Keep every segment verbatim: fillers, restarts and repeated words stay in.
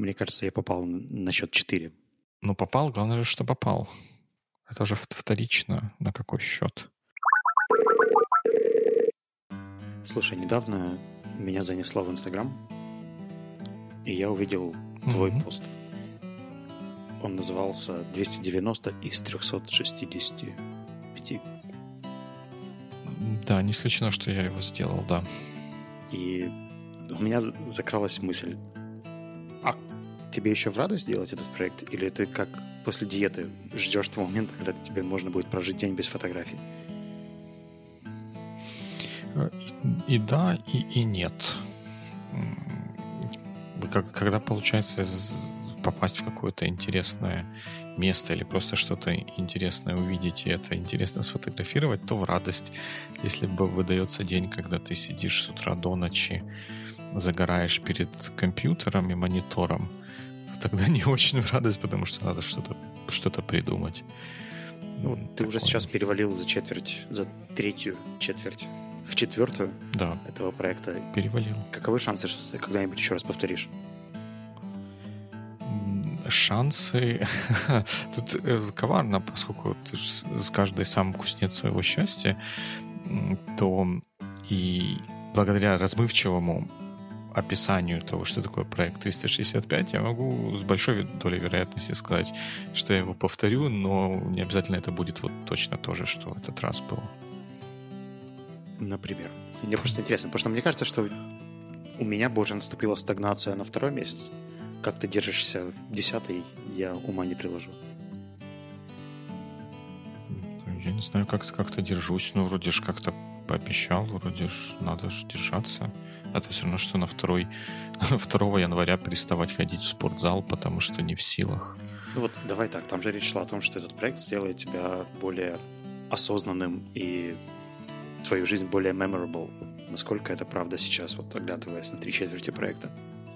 Мне кажется, я попал на счет четыре. Ну, попал, главное же, что попал. Это уже вторично. На какой счет? Слушай, недавно меня занесло в Инстаграм, и я увидел твой mm-hmm. пост. Он назывался двести девяносто из трехсот шестидесяти пяти. Да, не исключено, что я его сделал, да. И у меня закралась мысль, а тебе еще в радость делать этот проект? Или ты как после диеты ждешь того момента, когда тебе можно будет прожить день без фотографий? И, и да, и, и нет. Как, когда получается попасть в какое-то интересное место или просто что-то интересное увидеть и это интересно сфотографировать, то в радость. Если бы выдается день, когда ты сидишь с утра до ночи, загораешь перед компьютером и монитором, то тогда не очень в радость, потому что надо что-то, что-то придумать. Ну, ты Такое. Уже сейчас перевалил за четверть, за третью четверть в четвертую да. этого проекта. Перевалил. Каковы шансы, что ты когда-нибудь еще раз повторишь? Шансы... Тут коварно, поскольку ты с каждой сам кузнец своего счастья, то и благодаря размывчивому описанию того, что такое проект триста шестьдесят пять, я могу с большой долей вероятности сказать, что я его повторю, но не обязательно это будет вот точно то же, что в этот раз было. Например. Мне просто интересно, потому что мне кажется, что у меня больше наступила стагнация на второй месяц. Как ты держишься в десятый, я ума не приложу. Я не знаю, как, как-то держусь, но вроде же как-то пообещал, вроде ж надо же держаться. Это все равно, что на второй, второго января переставать ходить в спортзал, потому что не в силах. Ну вот давай так, там же речь шла о том, что этот проект сделает тебя более осознанным и твою жизнь более memorable. Насколько это правда сейчас, вот оглядываясь на три четверти проекта?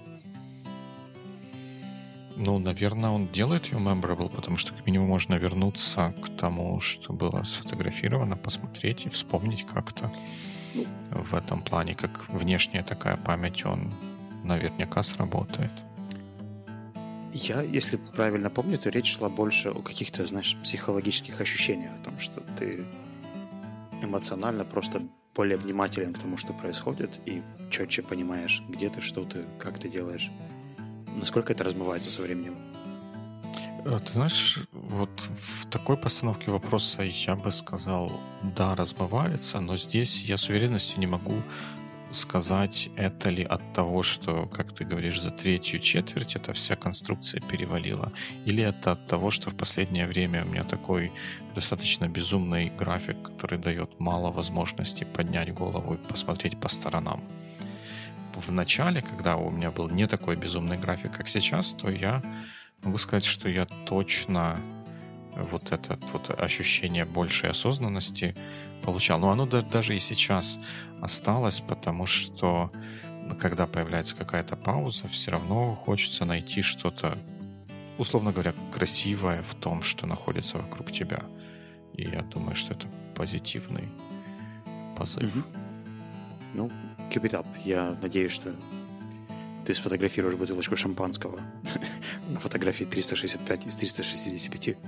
Ну, наверное, он делает ее memorable, потому что к минимуму можно вернуться к тому, что было сфотографировано, посмотреть и вспомнить как-то. Ну, в этом плане, как внешняя такая память, он наверняка сработает. Я, если правильно помню, то речь шла больше о каких-то, знаешь, психологических ощущениях, о том, что ты эмоционально просто более внимателен к тому, что происходит, и четче понимаешь, где ты, что ты, как ты делаешь. Насколько это размывается со временем? Ты знаешь, вот в такой постановке вопроса я бы сказал, да, размывается, но здесь я с уверенностью не могу сказать, это ли от того, что, как ты говоришь, за третью четверть эта вся конструкция перевалила, или это от того, что в последнее время у меня такой достаточно безумный график, который дает мало возможностей поднять голову и посмотреть по сторонам. В начале, когда у меня был не такой безумный график, как сейчас, то я могу сказать, что я точно вот это вот ощущение большей осознанности получал. Но оно даже и сейчас осталось, потому что когда появляется какая-то пауза, все равно хочется найти что-то, условно говоря, красивое в том, что находится вокруг тебя. И я думаю, что это позитивный позыв. Mm-hmm. Ну, keep it up. Я надеюсь, что ты сфотографируешь бутылочку шампанского на фотографии триста шестьдесят пять из триста шестьдесят пять.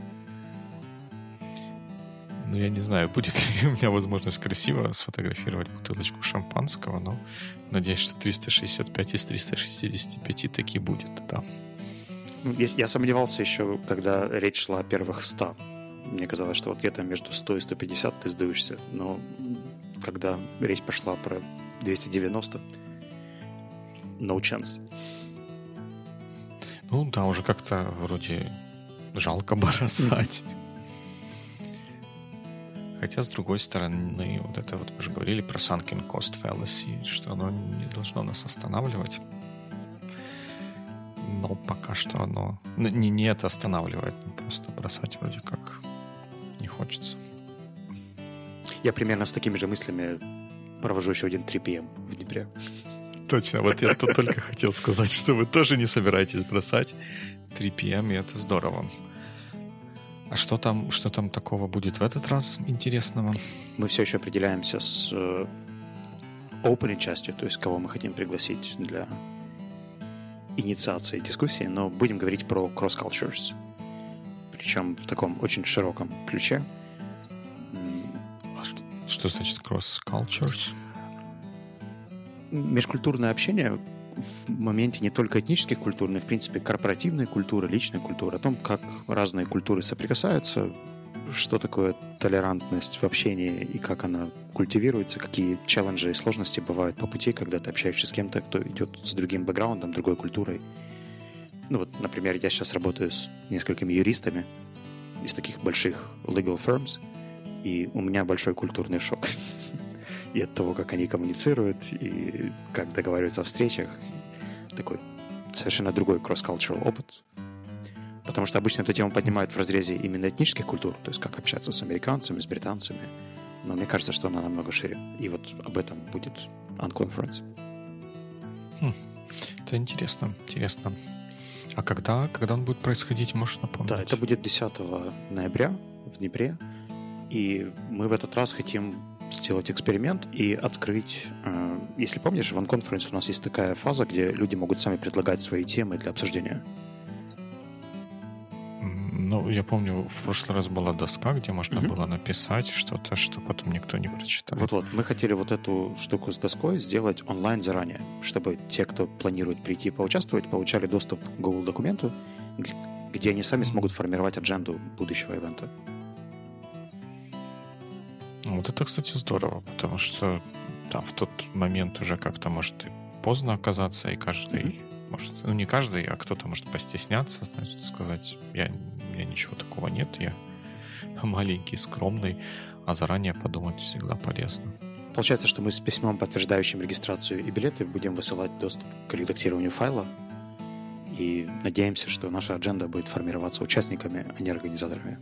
Ну, я не знаю, будет ли у меня возможность красиво сфотографировать бутылочку шампанского, но надеюсь, что триста шестьдесят пять из триста шестьдесят пять таки будет, да. Ну, я, я сомневался еще, когда речь шла о первых ста. Мне казалось, что вот где-то между сто и сто пятьдесят ты сдаешься, но когда речь пошла про двести девяносто, no chance. Ну да, уже как-то вроде жалко бросать. Хотя, с другой стороны, вот это вот мы же говорили про sunken cost fallacy, что оно не должно нас останавливать. Но пока что оно не, не это останавливает, просто бросать вроде как не хочется. Я примерно с такими же мыслями провожу еще один три пи эм в Днепре. Точно, вот я тут только хотел сказать, что вы тоже не собираетесь бросать три пи эм, и это здорово. А что там, что там такого будет в этот раз интересного? Мы все еще определяемся с open частью, то есть кого мы хотим пригласить для инициации дискуссии, но будем говорить про cross-cultures. Причем в таком очень широком ключе. А что, что значит cross-cultures? Межкультурное общение в моменте не только этнических культур, но и, в принципе, корпоративной культуры, личной культуры, о том, как разные культуры соприкасаются, что такое толерантность в общении и как она культивируется, какие челленджи и сложности бывают по пути, когда ты общаешься с кем-то, кто идет с другим бэкграундом, другой культурой. Ну вот, например, я сейчас работаю с несколькими юристами из таких больших legal firms, и у меня большой культурный шок. И от того, как они коммуницируют, и как договариваются о встречах. Такой совершенно другой cross-cultural опыт. Потому что обычно эту тему поднимают в разрезе именно этнических культур, то есть как общаться с американцами, с британцами. Но мне кажется, что она намного шире. И вот об этом будет Unconference. Хм. Это интересно, интересно. А когда, когда он будет происходить, можешь напомнить? Да, это будет десятого ноября в Днепре. И мы в этот раз хотим сделать эксперимент и открыть... Э, если помнишь, в Unconference у нас есть такая фаза, где люди могут сами предлагать свои темы для обсуждения. Ну, я помню, в прошлый раз была доска, где можно Mm-hmm. было написать что-то, что потом никто не прочитал. Вот-вот, мы хотели вот эту штуку с доской сделать онлайн заранее, чтобы те, кто планирует прийти и поучаствовать, получали доступ к Google документу, где они сами смогут формировать адженду будущего ивента. Вот это, кстати, здорово, потому что да, в тот момент уже как-то может и поздно оказаться, и каждый, mm-hmm. может, ну не каждый, а кто-то может постесняться, значит, сказать, я, у меня ничего такого нет, я маленький, скромный, а заранее подумать всегда полезно. Получается, что мы с письмом, подтверждающим регистрацию и билеты, будем высылать доступ к редактированию файла, и надеемся, что наша адженда будет формироваться участниками, а не организаторами.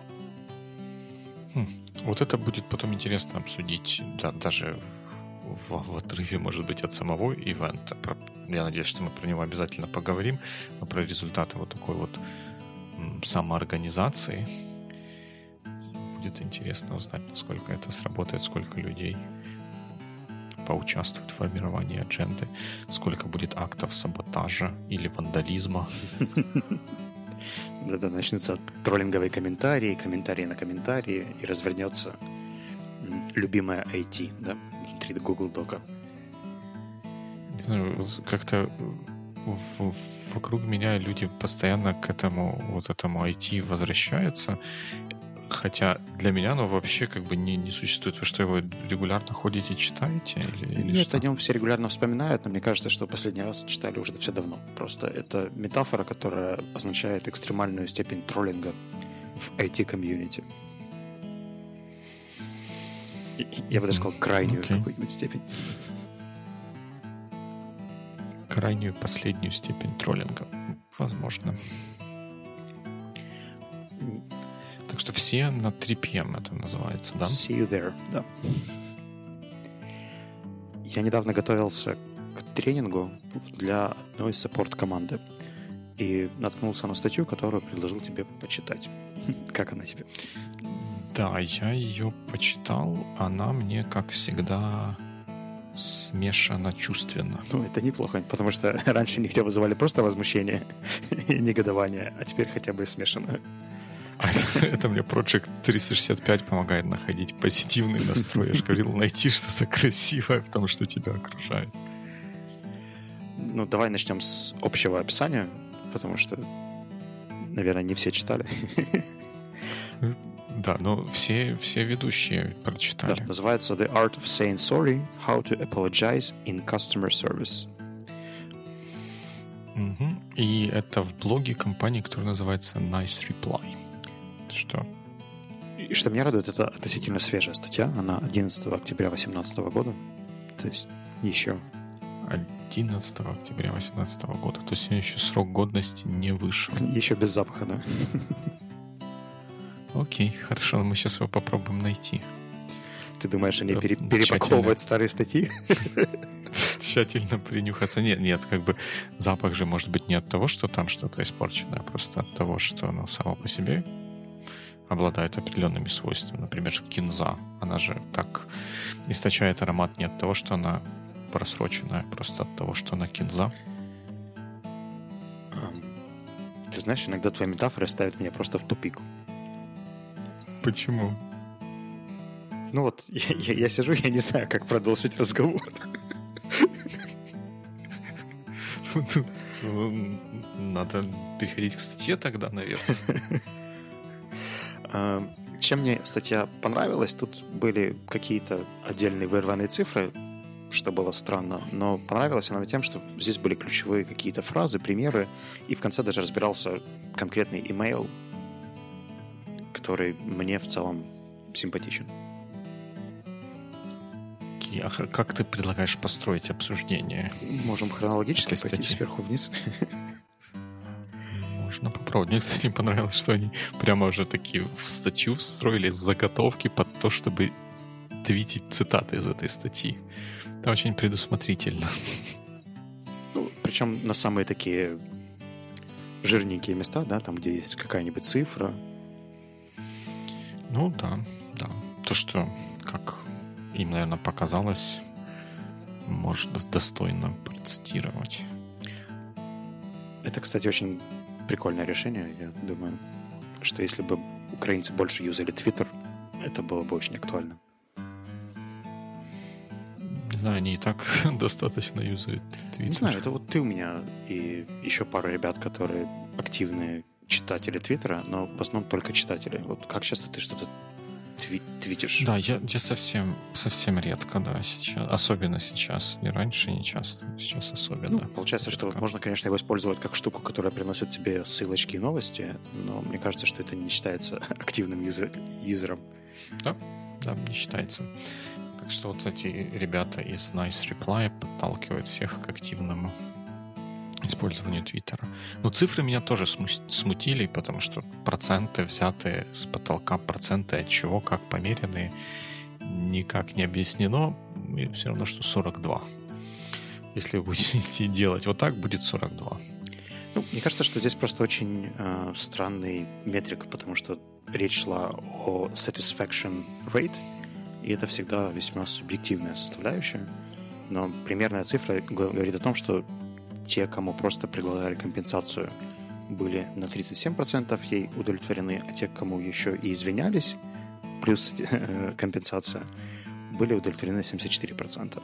Хм. Вот это будет потом интересно обсудить, да, даже в, в отрыве, может быть, от самого ивента. Про, я надеюсь, что мы про него обязательно поговорим, но про результаты вот такой вот м, самоорганизации будет интересно узнать, насколько это сработает, сколько людей поучаствует в формировании адженды, сколько будет актов саботажа или вандализма. Да-да, начнутся троллинговые комментарии, комментарии на комментарии, и развернется любимая ай ти, да, внутри Google Дока. Не знаю, как-то в, вокруг меня люди постоянно к этому вот этому ай ти возвращаются, хотя для меня оно вообще как бы не, не существует. Вы что, его регулярно ходите, читаете? Или, или Нет, что? о нем все регулярно вспоминают, но мне кажется, что последний раз читали уже все давно. Просто это метафора, которая означает экстремальную степень троллинга в ай ти-комьюнити. Я бы даже сказал крайнюю okay. какую-нибудь степень. Крайнюю последнюю степень троллинга. Возможно. Так что все на три пи эм это называется, да? See you there, да. Я недавно готовился к тренингу для одной саппорт-команды и наткнулся на статью, которую предложил тебе почитать. Как она тебе? Да, я ее почитал. Она мне, как всегда, смешана чувственно. Ну, это неплохо, потому что раньше них тебя вызывали просто возмущение и негодование, а теперь хотя бы смешанное. А это, это мне Project триста шестьдесят пять помогает находить позитивный настрой. Я же говорил, найти что-то красивое в том, что тебя окружает. Ну, давай начнем с общего описания, потому что, наверное, не все читали. Да, но все, все ведущие прочитали. Да, называется The Art of Saying Sorry, How to Apologize in Customer Service. Угу. И это в блоге компании, которая называется Nice Reply. Что? И что меня радует, это относительно свежая статья. Она одиннадцатого октября две тысячи восемнадцатого года. То есть еще... одиннадцатого октября две тысячи восемнадцатого года. То есть еще срок годности не вышел. Еще без запаха, да. Окей, хорошо. Мы сейчас его попробуем найти. Ты думаешь, они пере- перепаковывают старые статьи? Тщательно принюхаться. Нет, нет, как бы запах же может быть не от того, что там что-то испорченное, а просто от того, что оно само по себе обладает определенными свойствами. Например, кинза. Она же так источает аромат не от того, что она просроченная, а просто от того, что она кинза. Ты знаешь, иногда твои метафоры ставят меня просто в тупик. Почему? Ну вот, я, я, я сижу, я не знаю, как продолжить разговор. Надо переходить к статье тогда, наверное. Чем мне статья понравилась, тут были какие-то отдельные вырванные цифры, что было странно, но понравилась она тем, что здесь были ключевые какие-то фразы, примеры, и в конце даже разбирался конкретный имейл, который мне в целом симпатичен. А как ты предлагаешь построить обсуждение? Можем хронологически пойти сверху вниз. Можно попробовать. Мне, кстати, понравилось, что они прямо уже такие в статью встроили заготовки под то, чтобы твитить цитаты из этой статьи. Это очень предусмотрительно. Ну, причем на самые такие жирненькие места, да, там, где есть какая-нибудь цифра. Ну да, да. То, что, как им, наверное, показалось, можно достойно процитировать. Это, кстати, очень прикольное решение. Я думаю, что если бы украинцы больше юзали Twitter, это было бы очень актуально. Да, они и так достаточно юзают Twitter. Не знаю, это вот ты у меня и еще пара ребят, которые активные читатели Твиттера, но в основном только читатели. Вот как часто ты что-то тви- твитишь? Да, я, я совсем, совсем редко, да, сейчас. Особенно сейчас. И раньше не часто, сейчас особенно. Ну, получается, редко. что вот можно, конечно, его использовать как штуку, которая приносит тебе ссылочки и новости, но мне кажется, что это не считается активным юзер- юзером. Да, да, не считается. Так что вот эти ребята из Nice Reply подталкивают всех к активному использованию Твиттера. Но цифры меня тоже смутили, потому что проценты, взятые с потолка, проценты от чего, как померенные, никак не объяснено. И все равно, что сорок два. Если вы будете делать вот так, будет сорок два. Ну, мне кажется, что здесь просто очень э, странный метрик, потому что речь шла о satisfaction rate, и это всегда весьма субъективная составляющая. Но примерная цифра говорит о том, что те, кому просто предлагали компенсацию, были на тридцать семь процентов ей удовлетворены, а те, кому еще и извинялись, плюс компенсация, были удовлетворены семьдесят четыре процента.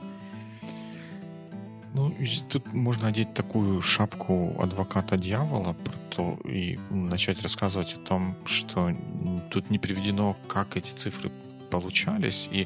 Ну, тут можно одеть такую шапку адвоката дьявола то, и начать рассказывать о том, что тут не приведено, как эти цифры получались, и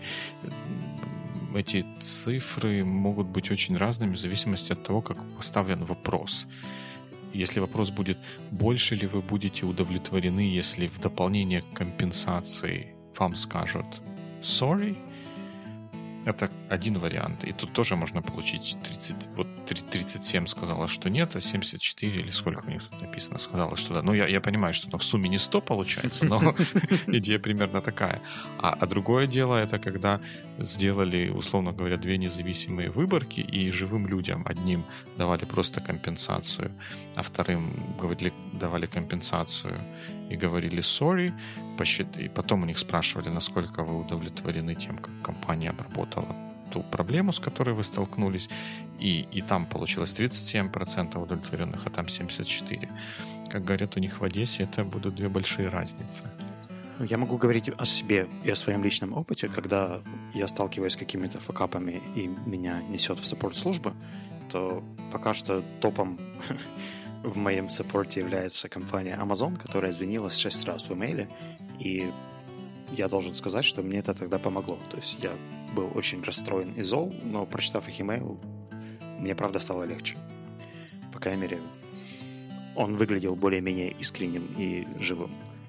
эти цифры могут быть очень разными в зависимости от того, как поставлен вопрос. Если вопрос будет, больше ли вы будете удовлетворены, если в дополнение к компенсации вам скажут «sorry», это один вариант. И тут тоже можно получить тридцать, вот тридцать семь сказала, что нет, а семьдесят четыре или сколько у них тут написано, сказала, что да. Ну, я, я понимаю, что ну, в сумме не сто получается, но идея примерно такая. А, а другое дело, это когда сделали, условно говоря, две независимые выборки, и живым людям одним давали просто компенсацию, а вторым говорили, давали компенсацию и говорили sorry, и потом у них спрашивали, насколько вы удовлетворены тем, как компания обработала ту проблему, с которой вы столкнулись, и, и там получилось тридцать семь процентов удовлетворенных, а там семьдесят четыре процента. Как говорят у них в Одессе, это будут две большие разницы. Я могу говорить о себе и о своем личном опыте, когда я сталкиваюсь с какими-то факапами и меня несет в саппорт-службу, то пока что топом в моем саппорте является компания Amazon, которая извинилась шесть раз в имейле, и я должен сказать, что мне это тогда помогло. То есть я был очень расстроен и зол, но прочитав их имейл, мне правда стало легче. По крайней мере, он выглядел более-менее искренним и живым.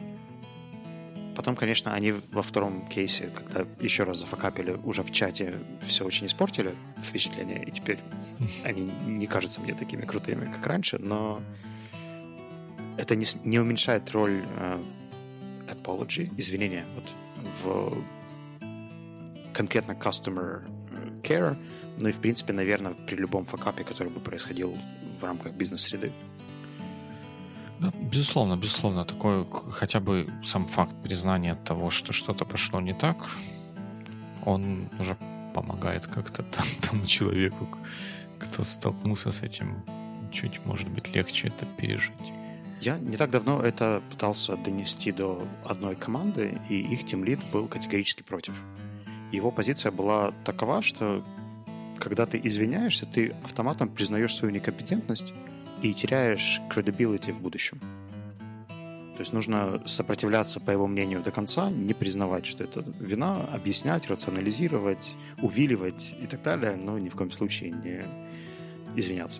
Потом, конечно, они во втором кейсе, когда еще раз зафакапили, уже в чате все очень испортили впечатление, и теперь они не кажутся мне такими крутыми, как раньше, но это не, не уменьшает роль э, apology, извинения, вот, в конкретно customer care, ну и, в принципе, наверное, при любом факапе, который бы происходил в рамках бизнес-среды. Да, безусловно, безусловно, такой хотя бы сам факт признания того, что что-то пошло не так, он уже помогает как-то там, тому человеку, кто столкнулся с этим, чуть, может быть, легче это пережить. Я не так давно это пытался донести до одной команды, и их тимлид был категорически против. Его позиция была такова, что когда ты извиняешься, ты автоматом признаешь свою некомпетентность и теряешь credibility в будущем. То есть нужно сопротивляться, по его мнению, до конца, не признавать, что это вина, объяснять, рационализировать, увиливать и так далее, но ни в коем случае не извиняться.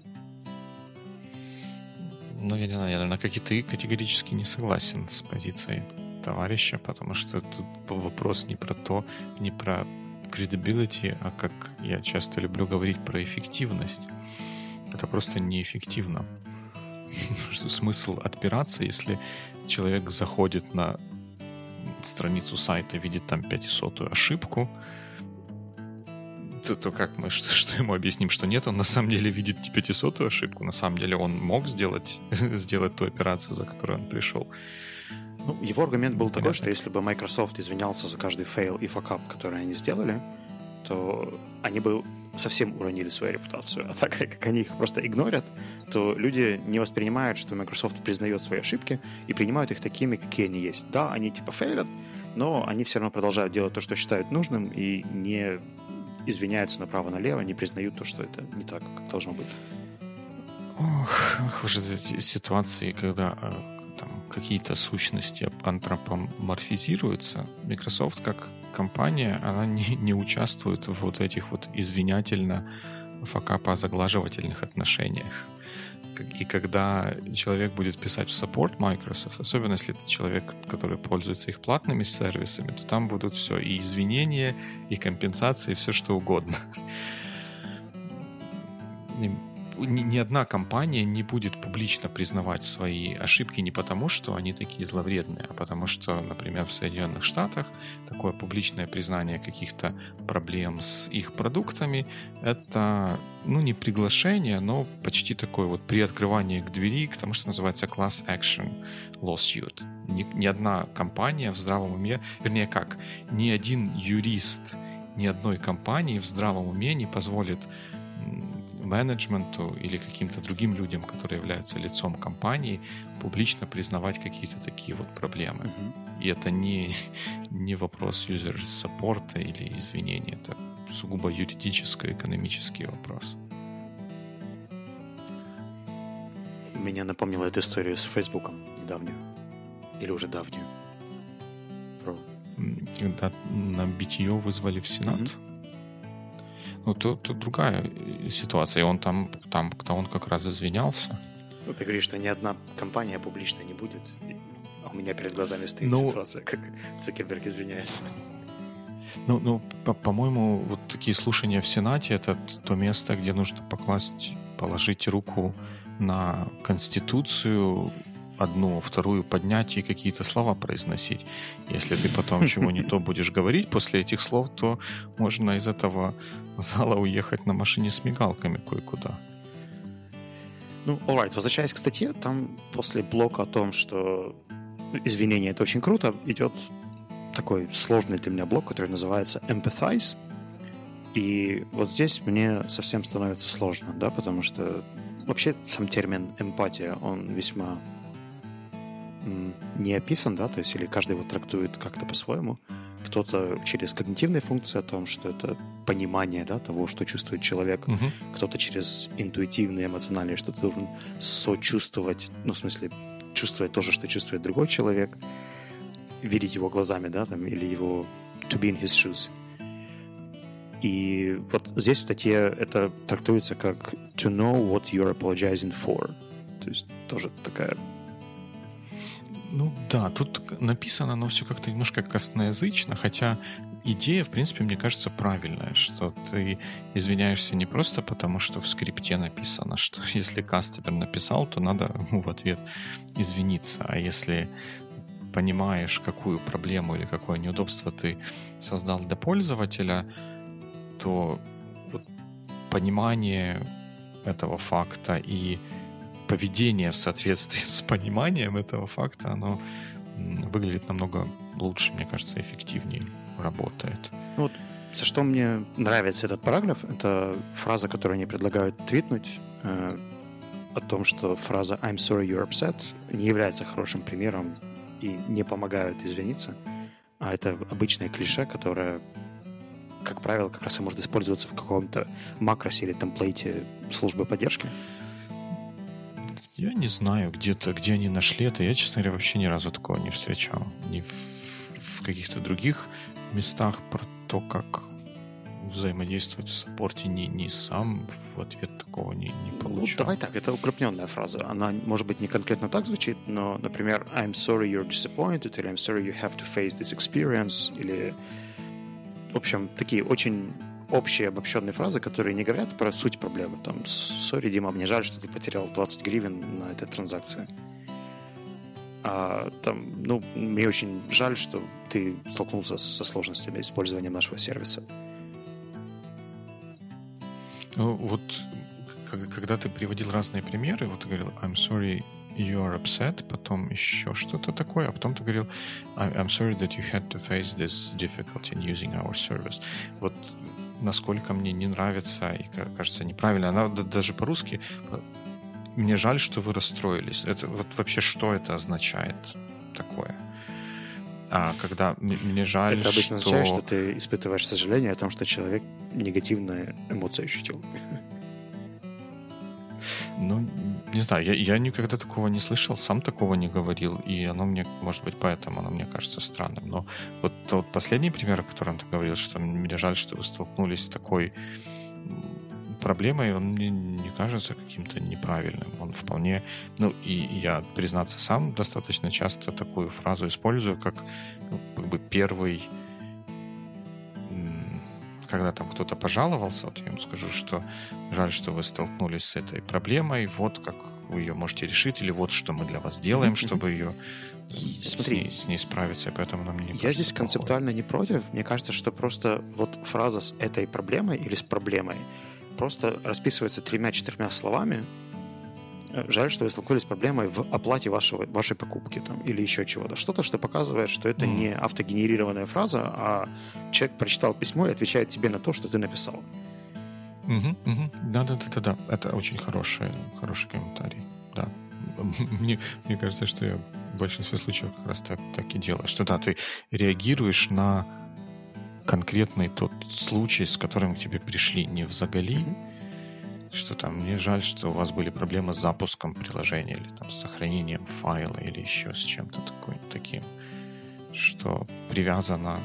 Ну, я не знаю, я, наверное, как и ты, категорически не согласен с позицией товарища, потому что тут вопрос не про то, не про credibility, а, как я часто люблю говорить, про эффективность. Это просто неэффективно. Смысл отпираться, если человек заходит на страницу сайта, видит там пятисотую ошибку, то, то как мы, что, что ему объясним, что нет, он на самом деле видит не пятисотую ошибку, на самом деле он мог сделать, сделать ту операцию, за которую он пришел. Ну, его аргумент был такой, что если бы Microsoft извинялся за каждый фейл и факап, который они сделали, то они бы совсем уронили свою репутацию. А так как они их просто игнорят, то люди не воспринимают, что Microsoft признает свои ошибки и принимают их такими, какие они есть. Да, они типа фейлят, но они все равно продолжают делать то, что считают нужным, и не извиняются направо-налево, не признают то, что это не так, как должно быть. Ох, ох уж эти ситуации, когда там какие-то сущности антропоморфизируются. Microsoft как компания, она не, не участвует в вот этих вот извинятельно-факапо-заглаживательных отношениях. И когда человек будет писать в support Microsoft, особенно если это человек, который пользуется их платными сервисами, то там будут все, и извинения, и компенсации, и все что угодно. Ни, ни одна компания не будет публично признавать свои ошибки не потому, что они такие зловредные, а потому что, например, в Соединенных Штатах такое публичное признание каких-то проблем с их продуктами — это, ну, не приглашение, но почти такое вот приоткрывание к двери к тому, что называется class action lawsuit. Ни, ни одна компания в здравом уме, вернее как, ни один юрист ни одной компании в здравом уме не позволит менеджменту или каким-то другим людям, которые являются лицом компании, публично признавать какие-то такие вот проблемы. Mm-hmm. И это не, не вопрос юзер-саппорта или извинения, это сугубо юридическо-экономический вопрос. Меня напомнила эта история с Фейсбуком недавнюю. Или уже давнюю. Про... Когда на битье вызвали в Сенат. Mm-hmm. Ну, тут, тут другая ситуация. И он там, там, он как раз извинялся. Ну, ты говоришь, что ни одна компания публично не будет. А у меня перед глазами стоит ну, ситуация, как Цукерберг извиняется. Ну, ну по- по-моему, вот такие слушания в Сенате — это то место, где нужно покласть, положить руку на Конституцию, одну, вторую поднять и какие-то слова произносить. Если ты потом чего не то будешь говорить после этих слов, то можно из этого зала уехать на машине с мигалками кое-куда. Ну, alright, возвращаясь к статье, там после блока о том, что извинения — это очень круто, идет такой сложный для меня блок, который называется empathize. И вот здесь мне совсем становится сложно, да, потому что вообще сам термин эмпатия, он весьма не описан, да, то есть или каждый его трактует как-то по-своему. Кто-то через когнитивные функции о том, что это понимание, да, того, что чувствует человек. Uh-huh. Кто-то через интуитивные, эмоциональные, что ты должен сочувствовать, ну, в смысле, чувствовать то же, что чувствует другой человек, видеть его глазами, да, там, или его to be in his shoes. И вот здесь в статье это трактуется как to know what you're apologizing for. То есть тоже такая... Ну да, тут написано, но все как-то немножко косноязычно, хотя идея, в принципе, мне кажется, правильная, что ты извиняешься не просто потому, что в скрипте написано, что если кастомер написал, то надо ему в ответ извиниться, а если понимаешь, какую проблему или какое неудобство ты создал для пользователя, то вот понимание этого факта и поведение в соответствии с пониманием этого факта, оно выглядит намного лучше, мне кажется, эффективнее работает. Ну вот, за что мне нравится этот параграф, это фраза, которую они предлагают твитнуть. о том, что фраза «I'm sorry you're upset» не является хорошим примером и не помогает извиниться, а это обычное клише, которое, как правило, как раз и может использоваться в каком-то макросе или темплейте службы поддержки. Я не знаю, где-то, где они нашли это. Я, честно говоря, вообще ни разу такого не встречал. Ни в, в каких-то других местах про то, как взаимодействовать в саппорте, ни, ни сам в ответ такого не, не получал. Ну, давай так, это укрупненная фраза. Она, может быть, не конкретно так звучит, но, например, I'm sorry you're disappointed, или I'm sorry you have to face this experience, или, в общем, такие очень общие обобщенные фразы, которые не говорят про суть проблемы. Там, sorry, Дима, мне жаль, что ты потерял двадцать гривен на этой транзакции. А там, ну, мне очень жаль, что ты столкнулся со сложностями использования нашего сервиса. Ну, вот когда ты приводил разные примеры, вот ты говорил I'm sorry you are upset, потом еще что-то такое, а потом ты говорил I'm sorry that you had to face this difficulty in using our service. Вот насколько мне не нравится и кажется неправильно, она даже по-русски мне жаль, что вы расстроились. Это вот вообще что это означает такое? А когда мне жаль, это обычно что... означает, что ты испытываешь сожаление о том, что человек негативные эмоции ощутил. Ну, не знаю, я, я никогда такого не слышал, сам такого не говорил, и оно мне, может быть, поэтому оно мне кажется странным. Но вот тот последний пример, о котором ты говорил, что мне жаль, что вы столкнулись с такой проблемой, он мне не кажется каким-то неправильным. Он вполне... Ну, и я, признаться, сам достаточно часто такую фразу использую, как, ну, как бы первый... Когда там кто-то пожаловался, вот я ему скажу, что жаль, что вы столкнулись с этой проблемой, вот как вы ее можете решить, или вот что мы для вас делаем, чтобы ее с ней, с ней справиться, и поэтому нам не Я здесь концептуально не против. Мне кажется, что просто вот фраза с этой проблемой или с проблемой просто расписывается тремя-четырьмя словами. Жаль, что вы столкнулись с проблемой в оплате вашего, вашей покупки там, или еще чего-то. Что-то, что показывает, что это mm. не автогенерированная фраза, а человек прочитал письмо и отвечает тебе на то, что ты написал. Угу, угу. Да-да-да-да. Это очень хороший, хороший комментарий. Да. Мне, мне кажется, что я в большинстве случаев как раз так, так и делаю. Что да, ты реагируешь на конкретный тот случай, с которым к тебе пришли, не взаgali, что там, мне жаль, что у вас были проблемы с запуском приложения или там с сохранением файла или еще с чем-то такой, таким, что привязано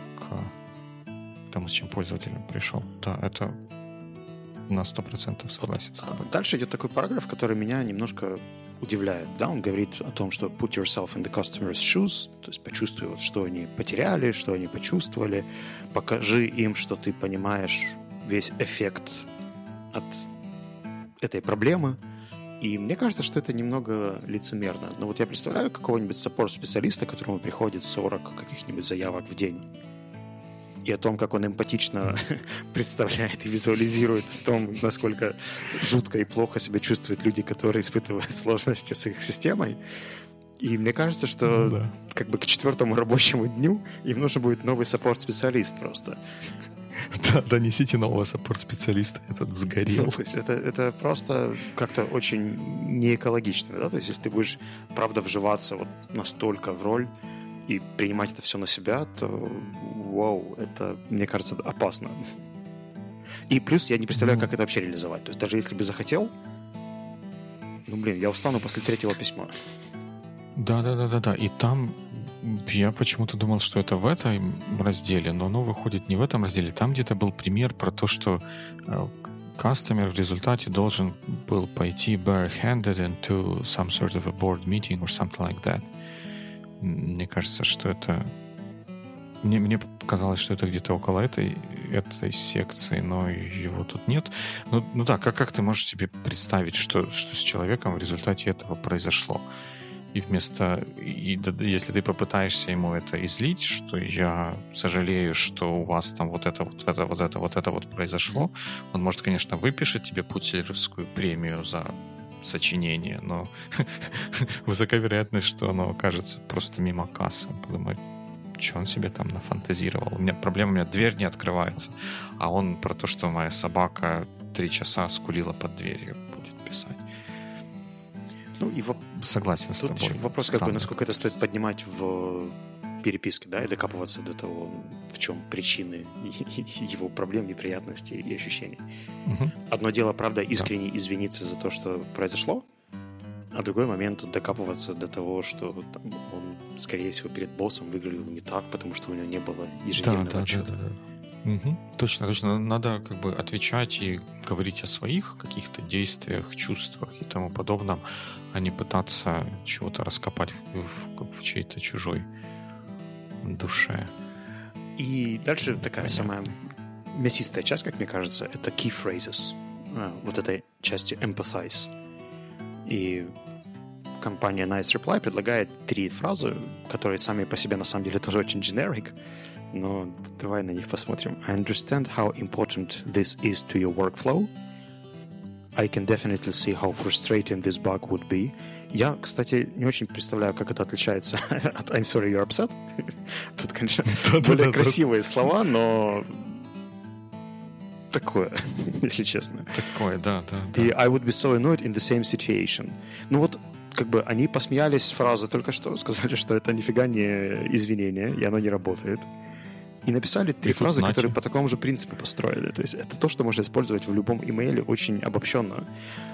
к тому, с чем пользователь пришел. Да, это на сто процентов согласен с тобой. Дальше идет такой параграф, который меня немножко удивляет. Да, он говорит о том, что put yourself in the customer's shoes, то есть почувствуй, вот, что они потеряли, что они почувствовали, покажи им, что ты понимаешь весь эффект от этой проблемы. И мне кажется, что это немного лицемерно. Но вот я представляю какого-нибудь саппорт-специалиста, которому приходит сорок каких-нибудь заявок в день, и о том, как он эмпатично представляет и визуализирует о том, насколько жутко и плохо себя чувствуют люди, которые испытывают сложности с их системой. И мне кажется, что да. как бы к четвертому рабочему дню им нужен будет новый саппорт-специалист просто. Да, донесите нового саппорт-специалиста, этот сгорел. Ну, то есть это, это просто как-то очень неэкологично, да? То есть если ты будешь, правда, вживаться вот настолько в роль и принимать это все на себя, то вау, это, мне кажется, опасно. И плюс я не представляю, как это вообще реализовать. То есть даже если бы захотел, ну, блин, я устану после третьего письма. Да-да-да-да-да. И там я почему-то думал, что это в этом разделе, но оно выходит не в этом разделе. Там где-то был пример про то, что кастомер в результате должен был пойти barehanded into some sort of a board meeting or something like that. Мне кажется, что это... Мне, мне показалось, что это где-то около этой, этой секции, но его тут нет. Ну, ну да, как, как ты можешь себе представить, что, что с человеком в результате этого произошло? И вместо... И, если ты попытаешься ему это излить, что я сожалею, что у вас там вот это, вот это, вот это, вот это вот произошло, он, может, конечно, выпишет тебе путилеровскую премию за сочинение, но высока вероятность, что оно окажется просто мимо кассы. Он подумает, что он себе там нафантазировал. У меня проблема, у меня дверь не открывается, а он про то, что моя собака три часа скулила под дверью, будет писать. Ну, и воп... Согласен с Тут тобой. вопрос, как бы, насколько это стоит поднимать в переписке, да, и докапываться до того, в чем причины его проблем, неприятностей и ощущений. Угу. Одно дело, правда, искренне да. извиниться за то, что произошло, а другой момент докапываться до того, что там, он, скорее всего, перед боссом выглядел не так, потому что у него не было ежедневного да, да, отчета. Да, да, да. Угу. Точно, точно. Надо как бы отвечать и говорить о своих каких-то действиях, чувствах и тому подобном, а не пытаться чего-то раскопать в, в чьей-то чужой душе. И дальше такая Понятно. самая мясистая часть, как мне кажется, это key phrases. А, вот этой части empathize. И компания Nice Reply предлагает три фразы, которые сами по себе на самом деле тоже очень generic, но давай на них посмотрим. I understand how important this is to your workflow. I can definitely see how frustrating this bug would be. Я, кстати, не очень представляю, как это отличается от I'm sorry you're upset. Тут, конечно, более красивые слова, но такое, если честно. Такое, да, да. И I would be so annoyed in the same situation. Ну вот, как бы они посмеялись с фразы только что, сказали, что это нифига не извинение, и оно не работает. И написали три фразы, знаете. которые по такому же принципу построили. То есть это то, что можно использовать в любом имейле очень обобщенно.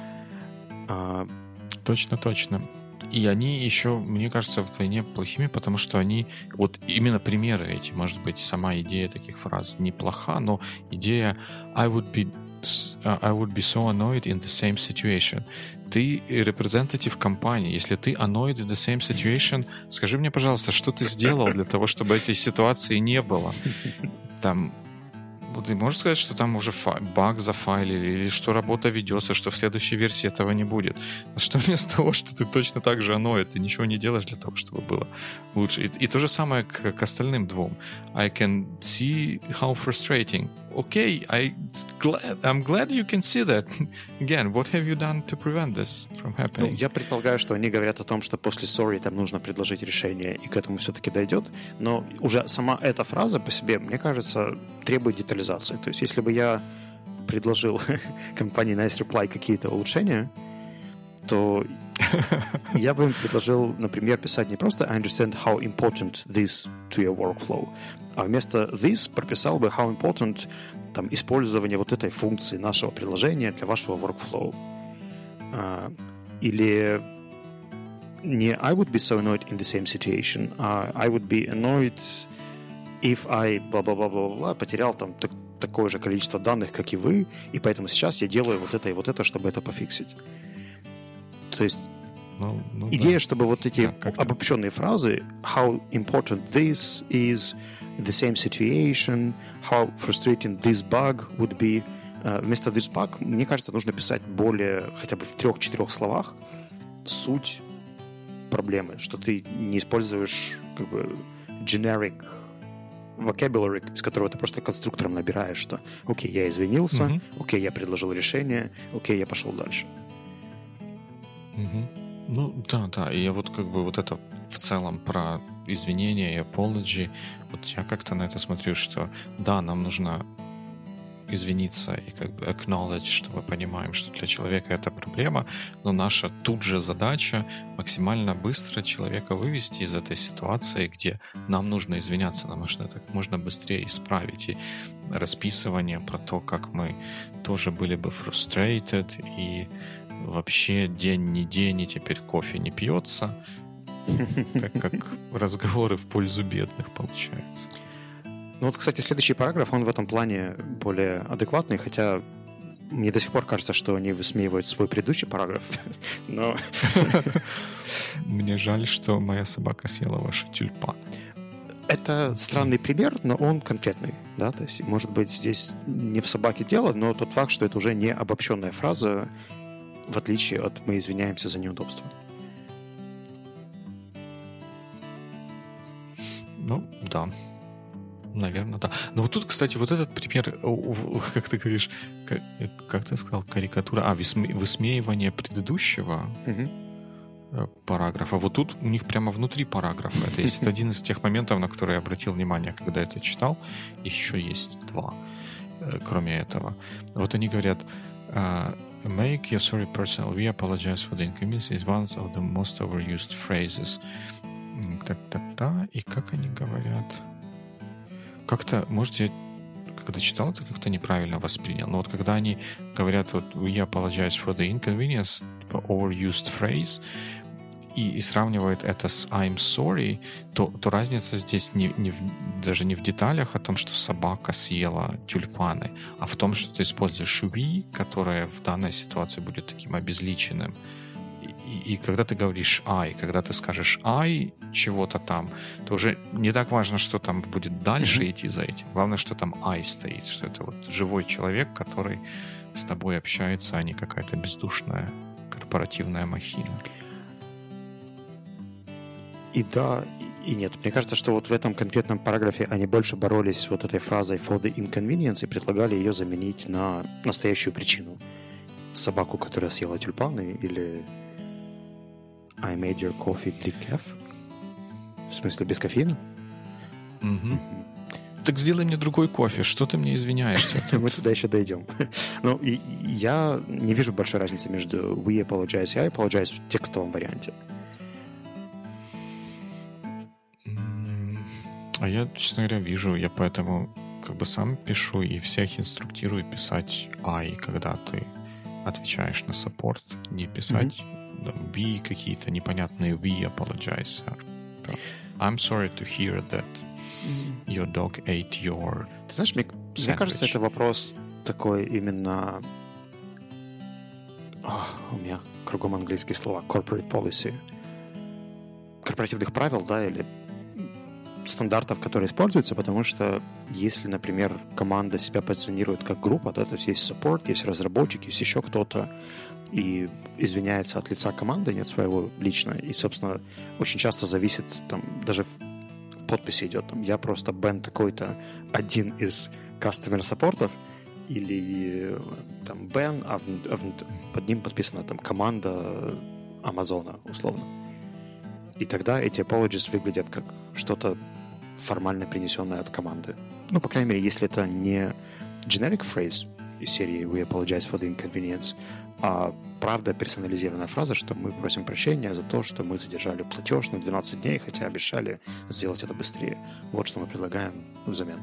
А... Точно, точно. И они еще, мне кажется, вдвойне плохими, потому что они... Вот именно примеры эти, может быть, сама идея таких фраз неплоха, но идея I would be, I would be so annoyed in the same situation. Ты representative компании. Если ты annoyed in the same situation, скажи мне, пожалуйста, что ты сделал для того, чтобы этой ситуации не было? Там... Ты можешь сказать, что там уже фа- баг зафайлили, или что работа ведется, что в следующей версии этого не будет? Что вместо того, что ты точно так же annoyed, ты ничего не делаешь для того, чтобы было лучше. И, и то же самое к, к остальным двум. I can see how frustrating. Okay, I glad, I'm glad you can see that. Again, what have you done to prevent this from happening? Ну, я предполагаю, что они говорят о том, что после sorry там нужно предложить решение, и к этому все-таки дойдет. Но уже сама эта фраза по себе, мне кажется, требует детализации. То есть, если бы я предложил компании Nice Reply какие-то улучшения, то я бы им предложил, например, писать не просто I understand how important this to your workflow, а вместо this прописал бы how important там, использование вот этой функции нашего приложения для вашего workflow. А, или не I would be so annoyed in the same situation, а I would be annoyed if I бла-бла-бла-бла-бла потерял там так, такое же количество данных, как и вы, и поэтому сейчас я делаю вот это и вот это, чтобы это пофиксить. То есть ну, ну, идея, да. чтобы вот эти да, обобщенные фразы how important this is in the same situation, how frustrating this bug would be, uh, вместо this bug, мне кажется, нужно писать более, хотя бы в трех-четырех словах суть проблемы, что ты не используешь как бы generic vocabulary, из которого ты просто конструктором набираешь, что окей, я извинился, mm-hmm. окей, я предложил решение, окей, я пошел дальше. Угу. Ну, да, да. И я вот как бы вот это в целом про извинения и apology, вот я как-то на это смотрю, что да, нам нужно извиниться и как бы acknowledge, что мы понимаем, что для человека это проблема, но наша тут же задача максимально быстро человека вывести из этой ситуации, где нам нужно извиняться, нам нужно это как можно быстрее исправить. И расписывание про то, как мы тоже были бы frustrated и вообще день не день, и теперь кофе не пьется. Так как разговоры в пользу бедных получается. Ну вот, кстати, следующий параграф, он в этом плане более адекватный, хотя мне до сих пор кажется, что они высмеивают свой предыдущий параграф. Но... Мне жаль, что моя собака съела ваши тюльпаны. Это странный пример, но он конкретный. Да? То есть, может быть, здесь не в собаке дело, но тот факт, что это уже не обобщенная фраза, в отличие от «мы извиняемся за неудобство». Ну, да. Наверное, да. Но вот тут, кстати, вот этот пример, как ты говоришь, как, как ты сказал, карикатура, а, высмеивание предыдущего угу. параграфа. Вот тут у них прямо внутри параграфа. Это есть один из тех моментов, на которые я обратил внимание, когда это читал. Их еще есть два, кроме этого. Вот они говорят... Make your sorry personal. We apologize for the inconvenience is one of the most overused phrases. Так-так-так. И как они говорят? Как-то, может, я когда читал, это как-то неправильно воспринял. Но вот когда они говорят вот we apologize for the inconvenience, типа overused phrase, и, и сравнивают это с I'm sorry, то, то разница здесь не, не в, даже не в деталях о том, что собака съела тюльпаны, а в том, что ты используешь we, которое в данной ситуации будет таким обезличенным. И, и когда ты говоришь I, когда ты скажешь I чего-то там, то уже не так важно, что там будет дальше mm-hmm. идти за этим. Главное, что там I стоит, что это вот живой человек, который с тобой общается, а не какая-то бездушная корпоративная махина. И да, и нет. Мне кажется, что вот в этом конкретном параграфе они больше боролись с вот этой фразой for the inconvenience и предлагали ее заменить на настоящую причину. Собаку, которая съела тюльпаны, или I made your coffee decaf. В смысле, без кофеина? Угу. Mm-hmm. Так сделай мне другой кофе. Что ты мне извиняешься? Мы туда еще дойдем. Ну, я не вижу большой разницы между we apologize и I apologize в текстовом варианте. А я, честно говоря, вижу, я поэтому как бы сам пишу и всех инструктирую писать I, когда ты отвечаешь на саппорт, не писать mm-hmm. да, we какие-то непонятные we apologize. I'm sorry to hear that your dog ate your Ты знаешь, мне, мне кажется, это вопрос такой именно... О, у меня кругом английские слова. Corporate policy. Корпоративных правил, да, или стандартов, которые используются, потому что если, например, команда себя позиционирует как группа, да, то есть есть support, есть разработчик, есть еще кто-то, и извиняется от лица команды, нет своего лично, и, собственно, очень часто зависит, там, даже в подписи идет, там, я просто Бен такой-то, один из customer support'ов, или там Бен, а, в, а в, под ним подписана там команда Амазона, условно. И тогда эти apologies выглядят как что-то формально принесенное от команды. Ну, по крайней мере, если это не generic phrase из серии we apologize for the inconvenience, а правда персонализированная фраза, что мы просим прощения за то, что мы задержали платеж на двенадцать дней, хотя обещали сделать это быстрее. Вот что мы предлагаем взамен.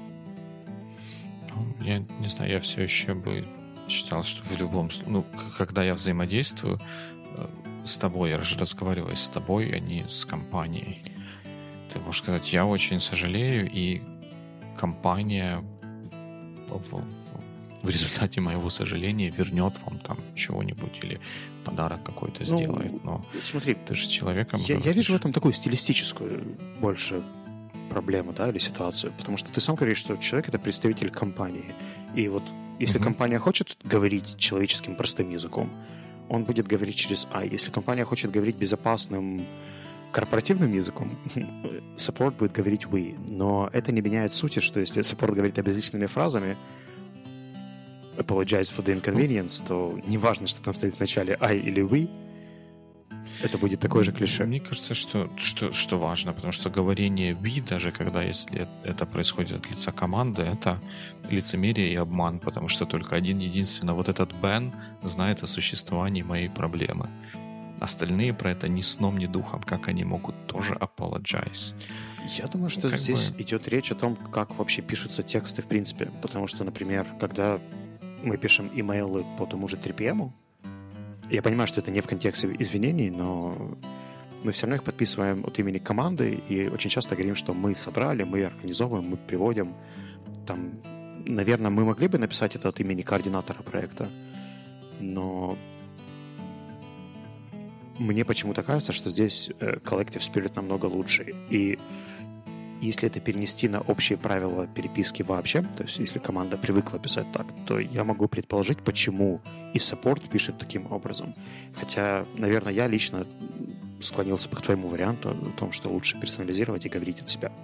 Я не знаю, я все еще бы считал, что в любом случае, ну, когда я взаимодействую с тобой, я же разговариваю с тобой, а не с компанией. Ты можешь сказать, я очень сожалею, и компания в, в результате моего сожаления вернет вам там чего-нибудь или подарок какой-то сделает. Ну, но смотри, ты же человеком я, я вижу в этом такую стилистическую больше проблему, да, или ситуацию, потому что ты сам говоришь, что человек — это представитель компании. И вот если mm-hmm. компания хочет говорить человеческим простым языком, он будет говорить через I. Если компания хочет говорить безопасным корпоративным языком, support будет говорить we. Но это не меняет сути, что если support говорит обезличенными фразами apologize for the inconvenience, то неважно, что там стоит в начале I или we, это будет такое же клише. Мне кажется, что, что, что важно, потому что говорение we, даже когда если это происходит от лица команды, это лицемерие и обман, потому что только один единственно вот этот Бен знает о существовании моей проблемы. Остальные про это ни сном, ни духом, как они могут тоже apologize. Я думаю, что ну, здесь бы... идет речь о том, как вообще пишутся тексты в принципе, потому что, например, когда мы пишем имейлы по тому же три пи эм, я понимаю, что это не в контексте извинений, но мы все равно их подписываем от имени команды и очень часто говорим, что мы собрали, мы организовываем, мы приводим. Там, наверное, мы могли бы написать это от имени координатора проекта, но мне почему-то кажется, что здесь collective spirit намного лучше. И если это перенести на общие правила переписки вообще, то есть если команда привыкла писать так, то я могу предположить, почему и support пишет таким образом. Хотя, наверное, я лично склонился бы к твоему варианту о том, что лучше персонализировать и говорить от себя.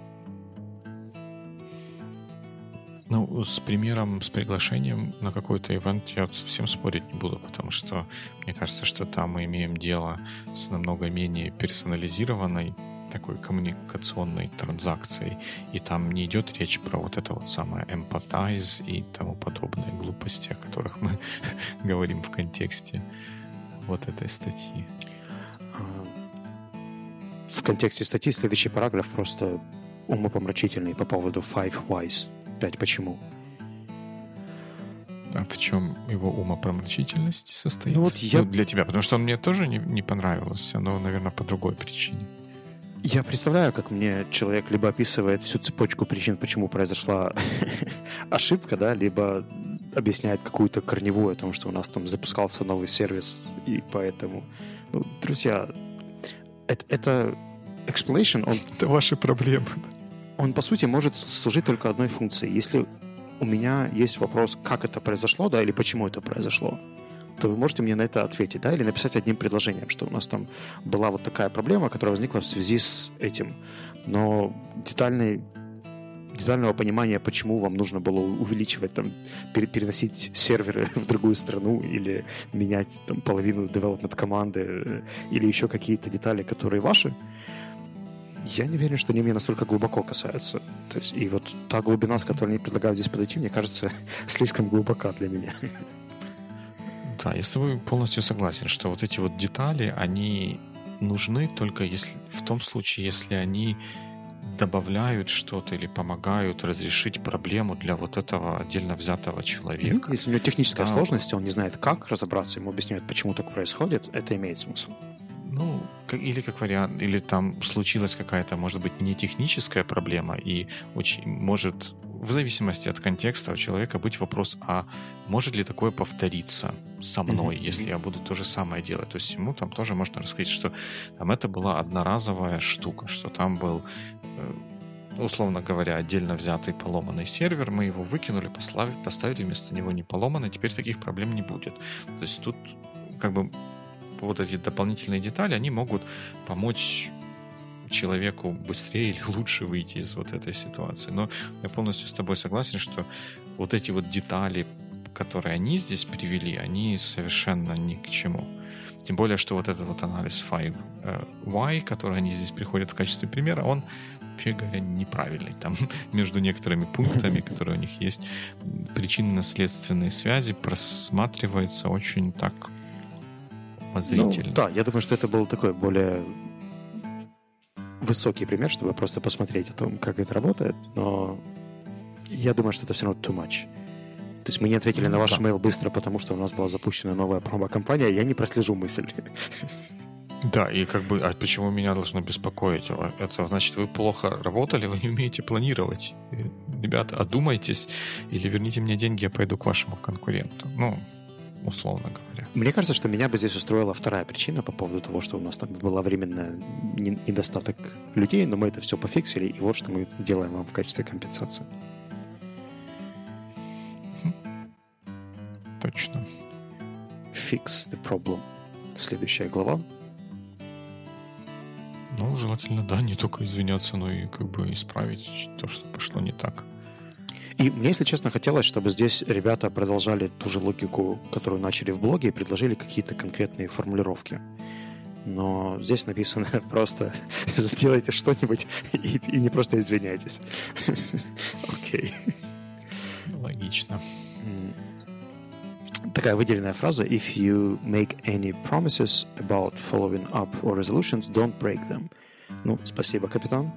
Ну, с примером, с приглашением на какой-то ивент я совсем спорить не буду, потому что мне кажется, что там мы имеем дело с намного менее персонализированной такой коммуникационной транзакцией, и там не идет речь про вот это вот самое empathize и тому подобные глупости, о которых мы говорим в контексте вот этой статьи. В контексте статьи следующий параграф просто умопомрачительный по поводу five whys. Пять почему. А в чем его умопомрачительность состоит? Ну, вот я... ну, для тебя, потому что он мне тоже не, не понравился, но, наверное, по другой причине. Я представляю, как мне человек либо описывает всю цепочку причин, почему произошла ошибка, да, либо объясняет какую-то корневую о том, что у нас там запускался новый сервис, и поэтому... Ну, друзья, это, это explanation, он... Это ваши проблемы. Он, по сути, может служить только одной функции. Если у меня есть вопрос, как это произошло, да, или почему это произошло, то вы можете мне на это ответить, да, или написать одним предложением, что у нас там была вот такая проблема, которая возникла в связи с этим. Но детальный, детального понимания, почему вам нужно было увеличивать, там, переносить серверы в другую страну или менять там половину development команды или еще какие-то детали, которые ваши, я не уверен, что они меня настолько глубоко касаются. То есть, и вот та глубина, с которой они предлагают здесь подойти, мне кажется, слишком глубока для меня. Да, я с тобой полностью согласен, что вот эти вот детали, они нужны только если, в том случае, если они добавляют что-то или помогают разрешить проблему для вот этого отдельно взятого человека. Если у него техническая да. сложность, он не знает, как разобраться, ему объясняют, почему так происходит, это имеет смысл. Ну, или как вариант, или там случилась какая-то, может быть, не техническая проблема, и очень может, в зависимости от контекста у человека быть вопрос, а может ли такое повториться со мной, mm-hmm. если я буду то же самое делать. То есть ему там тоже можно рассказать, что там это была одноразовая штука, что там был, условно говоря, отдельно взятый поломанный сервер, мы его выкинули, поставили, поставили вместо него не поломанный, теперь таких проблем не будет. То есть тут как бы вот эти дополнительные детали, они могут помочь человеку быстрее или лучше выйти из вот этой ситуации. Но я полностью с тобой согласен, что вот эти вот детали, которые они здесь привели, они совершенно ни к чему. Тем более, что вот этот вот анализ five why, который они здесь приходят в качестве примера, он, вообще говоря, неправильный. Там между некоторыми пунктами, которые у них есть, причинно-следственные связи просматривается очень так зрительно. Ну, да, я думаю, что это был такой более высокий пример, чтобы просто посмотреть о том, как это работает, но я думаю, что это все равно too much. То есть мы не ответили на ваш да. email быстро, потому что у нас была запущена новая промо-компания, я не прослежу мысль. Да, и как бы, а почему меня должно беспокоить? Это значит, вы плохо работали, вы не умеете планировать. Ребята, одумайтесь или верните мне деньги, я пойду к вашему конкуренту. Ну, условно говоря. Мне кажется, что меня бы здесь устроила вторая причина по поводу того, что у нас там была временная недостаток людей, но мы это все пофиксили, и вот что мы делаем вам в качестве компенсации. Точно. Fix the problem. Следующая глава. Ну, желательно, да, не только извиняться, но и как бы исправить то, что пошло не так. И мне, если честно, хотелось, чтобы здесь ребята продолжали ту же логику, которую начали в блоге, и предложили какие-то конкретные формулировки. Но здесь написано просто сделайте что-нибудь и, и не просто извиняйтесь. Окей. Okay. Логично. Такая выделенная фраза: If you make any promises about following up or resolutions, don't break them. Ну, спасибо, капитан.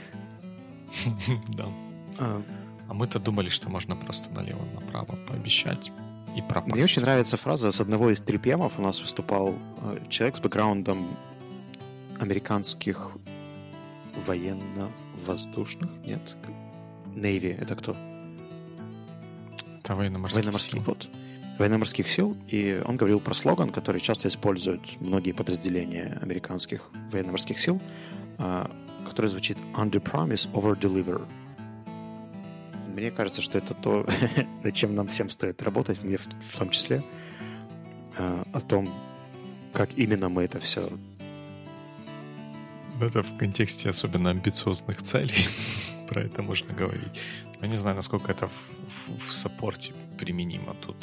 Да. А мы-то думали, что можно просто налево-направо пообещать и пропасть. Мне очень нравится фраза с одного из три пи эм-ов. У нас выступал человек с бэкграундом американских военно-воздушных, нет? Navy — это кто? Это военно-морских Военно-морских, сил. вот. Военно-морских сил, и он говорил про слоган, который часто используют многие подразделения американских военно-морских сил, который звучит «Under promise, over deliver». Мне кажется, что это то, над чем нам всем стоит работать, мне в, в том числе, о том, как именно мы это все... Это в контексте особенно амбициозных целей, про это можно говорить. Я не знаю, насколько это в, в, в саппорте применимо. Тут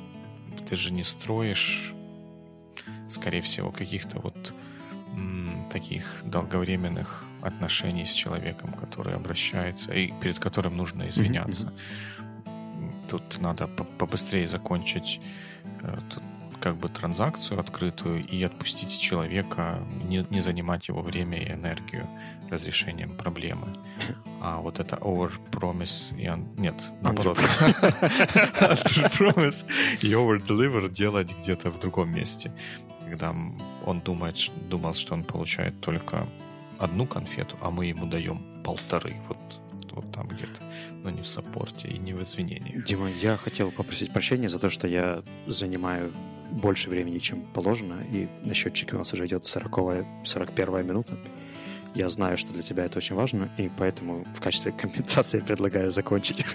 ты же не строишь, скорее всего, каких-то вот м, таких долговременных отношений с человеком, который обращается и перед которым нужно извиняться. Mm-hmm. Тут надо побыстрее закончить тут, как бы транзакцию открытую и отпустить человека, не, не занимать его время и энергию разрешением проблемы. А вот это over-promise и un... нет, наоборот. Under-promise и over-deliver делать где-то в другом месте. Когда он думает, думал, что он получает только одну конфету, а мы ему даем полторы. Вот, вот там где-то. Но не в саппорте и не в извинениях. Дима, я хотел попросить прощения за то, что я занимаю больше времени, чем положено, и на счетчике у нас уже идет сороковая, сорок первая минута. Я знаю, что для тебя это очень важно, и поэтому в качестве компенсации предлагаю закончить.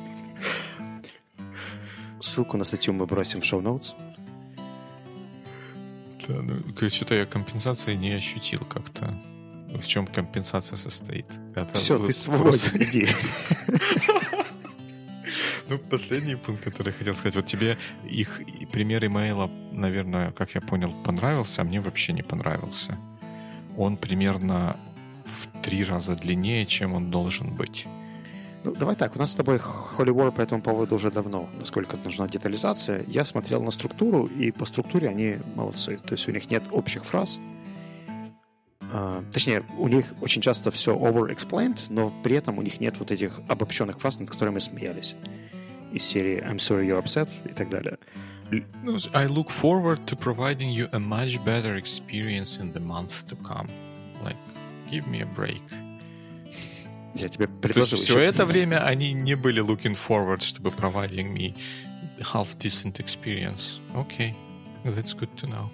Ссылку на статью мы бросим в шоу-ноутс. Да, ну, что-то я компенсации не ощутил как-то. В чем компенсация состоит? Это Все, ты свободен, иди. Ну, последний пункт, который я хотел сказать. Вот тебе их пример имейла, наверное, как я понял, понравился, а мне вообще не понравился. Он примерно в три раза длиннее, чем он должен быть. Ну, давай так, у нас с тобой Holy War по этому поводу уже давно, насколько нужна детализация. Я смотрел на структуру, и по структуре они молодцы. То есть у них нет общих фраз. Uh, точнее, у них очень часто все over-explained, но при этом у них нет вот этих обобщенных фраз, над которыми мы смеялись. Из серии I'm sorry you're upset и так далее. I look forward to providing you a much better experience in the months to come. Like, give me a break. Я тебе предложил. То есть все это время они не были looking forward, чтобы providing me half decent experience. Okay, that's good to know.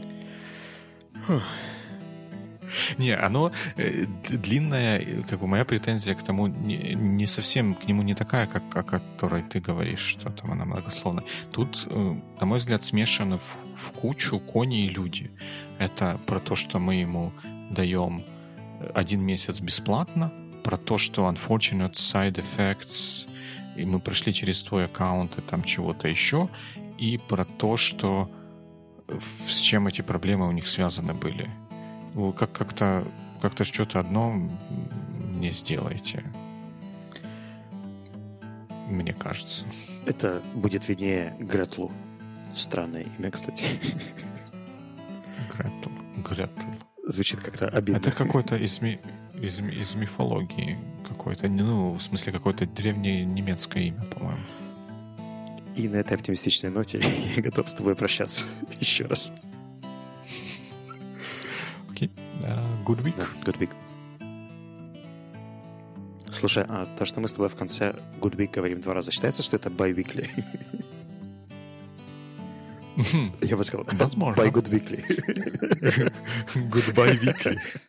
Не, оно э, длинное, как бы моя претензия к тому не, не совсем к нему не такая, как о которой ты говоришь, что там она многословная. Тут, э, на мой взгляд, смешано в, в кучу кони и люди. Это про то, что мы ему даем один месяц бесплатно, про то, что unfortunate side effects, и мы прошли через твой аккаунт и там чего-то еще, и про то, что с чем эти проблемы у них связаны были. Как, как-то, как-то что-то одно мне сделайте. Мне кажется. Это будет виднее Гретлу. Странное имя, кстати. Гретл. Гретл. Звучит как-то обидно. Это какой-то из, ми... из, из мифологии. Какой-то, ну, в смысле, какое-то древнее немецкое имя, по-моему. И на этой оптимистичной ноте я готов с тобой прощаться еще раз. Okay. Uh, good week. Да, good week. Слушай, а то, что мы с тобой в конце good week говорим два раза, считается, что это bi-weekly? Mm-hmm. Я бы сказал, возможно. by good weekly. Goodbye weekly.